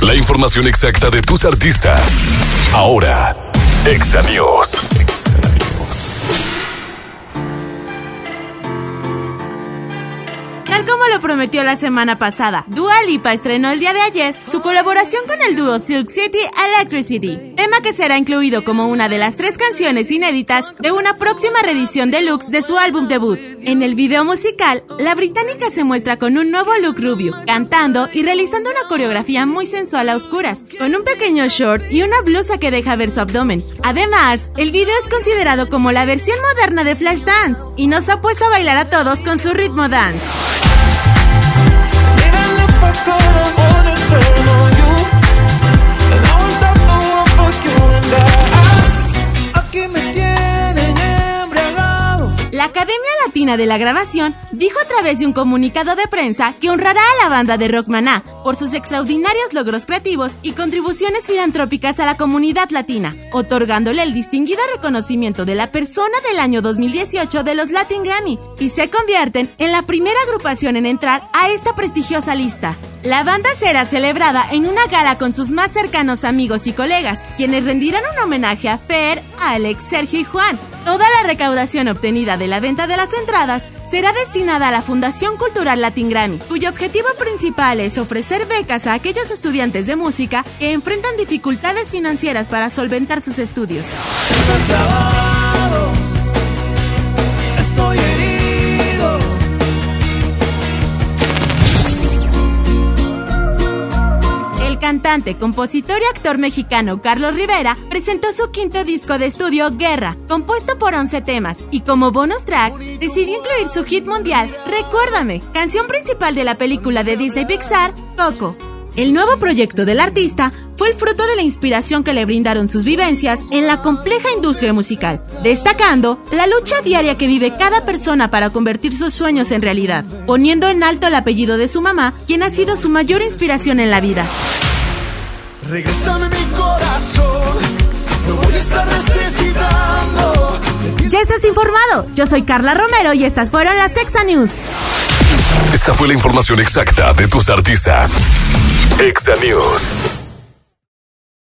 La información exacta de tus artistas. Ahora, Exa News. Tal como lo prometió la semana pasada, Dua Lipa estrenó el día de ayer su colaboración con el dúo Silk City Electricity, tema que será incluido como una de las 3 canciones inéditas de una próxima reedición deluxe de su álbum debut. En el video musical, la británica se muestra con un nuevo look rubio, cantando y realizando una coreografía muy sensual a oscuras, con un pequeño short y una blusa que deja ver su abdomen. Además, el video es considerado como la versión moderna de Flashdance y nos ha puesto a bailar a todos con su ritmo dance. La Academia Latina de la Grabación dijo a través de un comunicado de prensa que honrará a la banda de rock Maná por sus extraordinarios logros creativos y contribuciones filantrópicas a la comunidad latina, otorgándole el distinguido reconocimiento de la persona del año 2018 de los Latin Grammy, y se convierten en la primera agrupación en entrar a esta prestigiosa lista. La banda será celebrada en una gala con sus más cercanos amigos y colegas, quienes rendirán un homenaje a Fer, Alex, Sergio y Juan. Toda la recaudación obtenida de la venta de las entradas será destinada a la Fundación Cultural Latin Grammy, cuyo objetivo principal es ofrecer becas a aquellos estudiantes de música que enfrentan dificultades financieras para solventar sus estudios. Estoy herido. El cantante, compositor y actor mexicano Carlos Rivera presentó su quinto disco de estudio, Guerra, compuesto por 11 temas, y como bonus track decidió incluir su hit mundial, Recuérdame, canción principal de la película de Disney Pixar, Coco. El nuevo proyecto del artista fue el fruto de la inspiración que le brindaron sus vivencias en la compleja industria musical, destacando la lucha diaria que vive cada persona para convertir sus sueños en realidad, poniendo en alto el apellido de su mamá, quien ha sido su mayor inspiración en la vida. Regrésame mi corazón, lo voy a estar necesitando. Ya estás informado, yo soy Carla Romero y estas fueron las Exa News. Esta fue la información exacta de tus artistas. Exa News.